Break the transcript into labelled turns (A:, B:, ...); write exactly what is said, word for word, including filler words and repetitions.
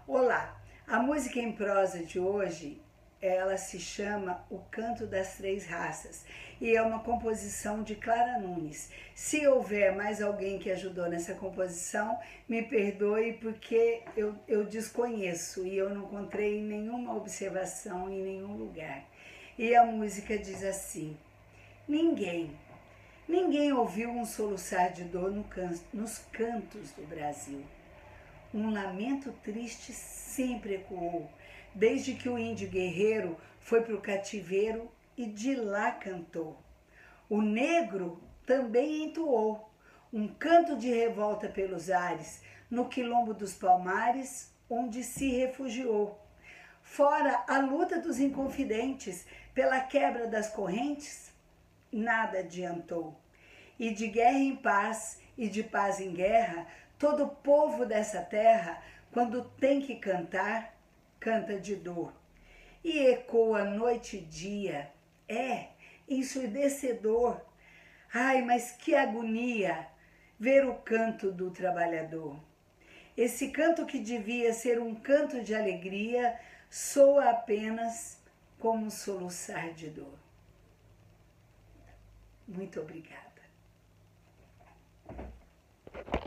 A: Olá, a música em prosa de hoje, ela se chama O Canto das Três Raças e é uma composição de Clara Nunes. Se houver mais alguém que ajudou nessa composição, me perdoe porque eu, eu desconheço e eu não encontrei nenhuma observação em nenhum lugar. E a música diz assim: ninguém, ninguém ouviu um soluçar de dor no can, nos cantos do Brasil. Um lamento triste sempre ecoou, desde que o índio guerreiro foi para o cativeiro e de lá cantou. O negro também entoou um canto de revolta pelos ares, no quilombo dos Palmares, onde se refugiou. Fora a luta dos inconfidentes pela quebra das correntes, nada adiantou. E de guerra em paz e de paz em guerra, todo povo dessa terra, quando tem que cantar, canta de dor. E ecoa noite e dia, é ensurdecedor. Ai, mas que agonia ver o canto do trabalhador. Esse canto que devia ser um canto de alegria, soa apenas como um soluçar de dor. Muito obrigada.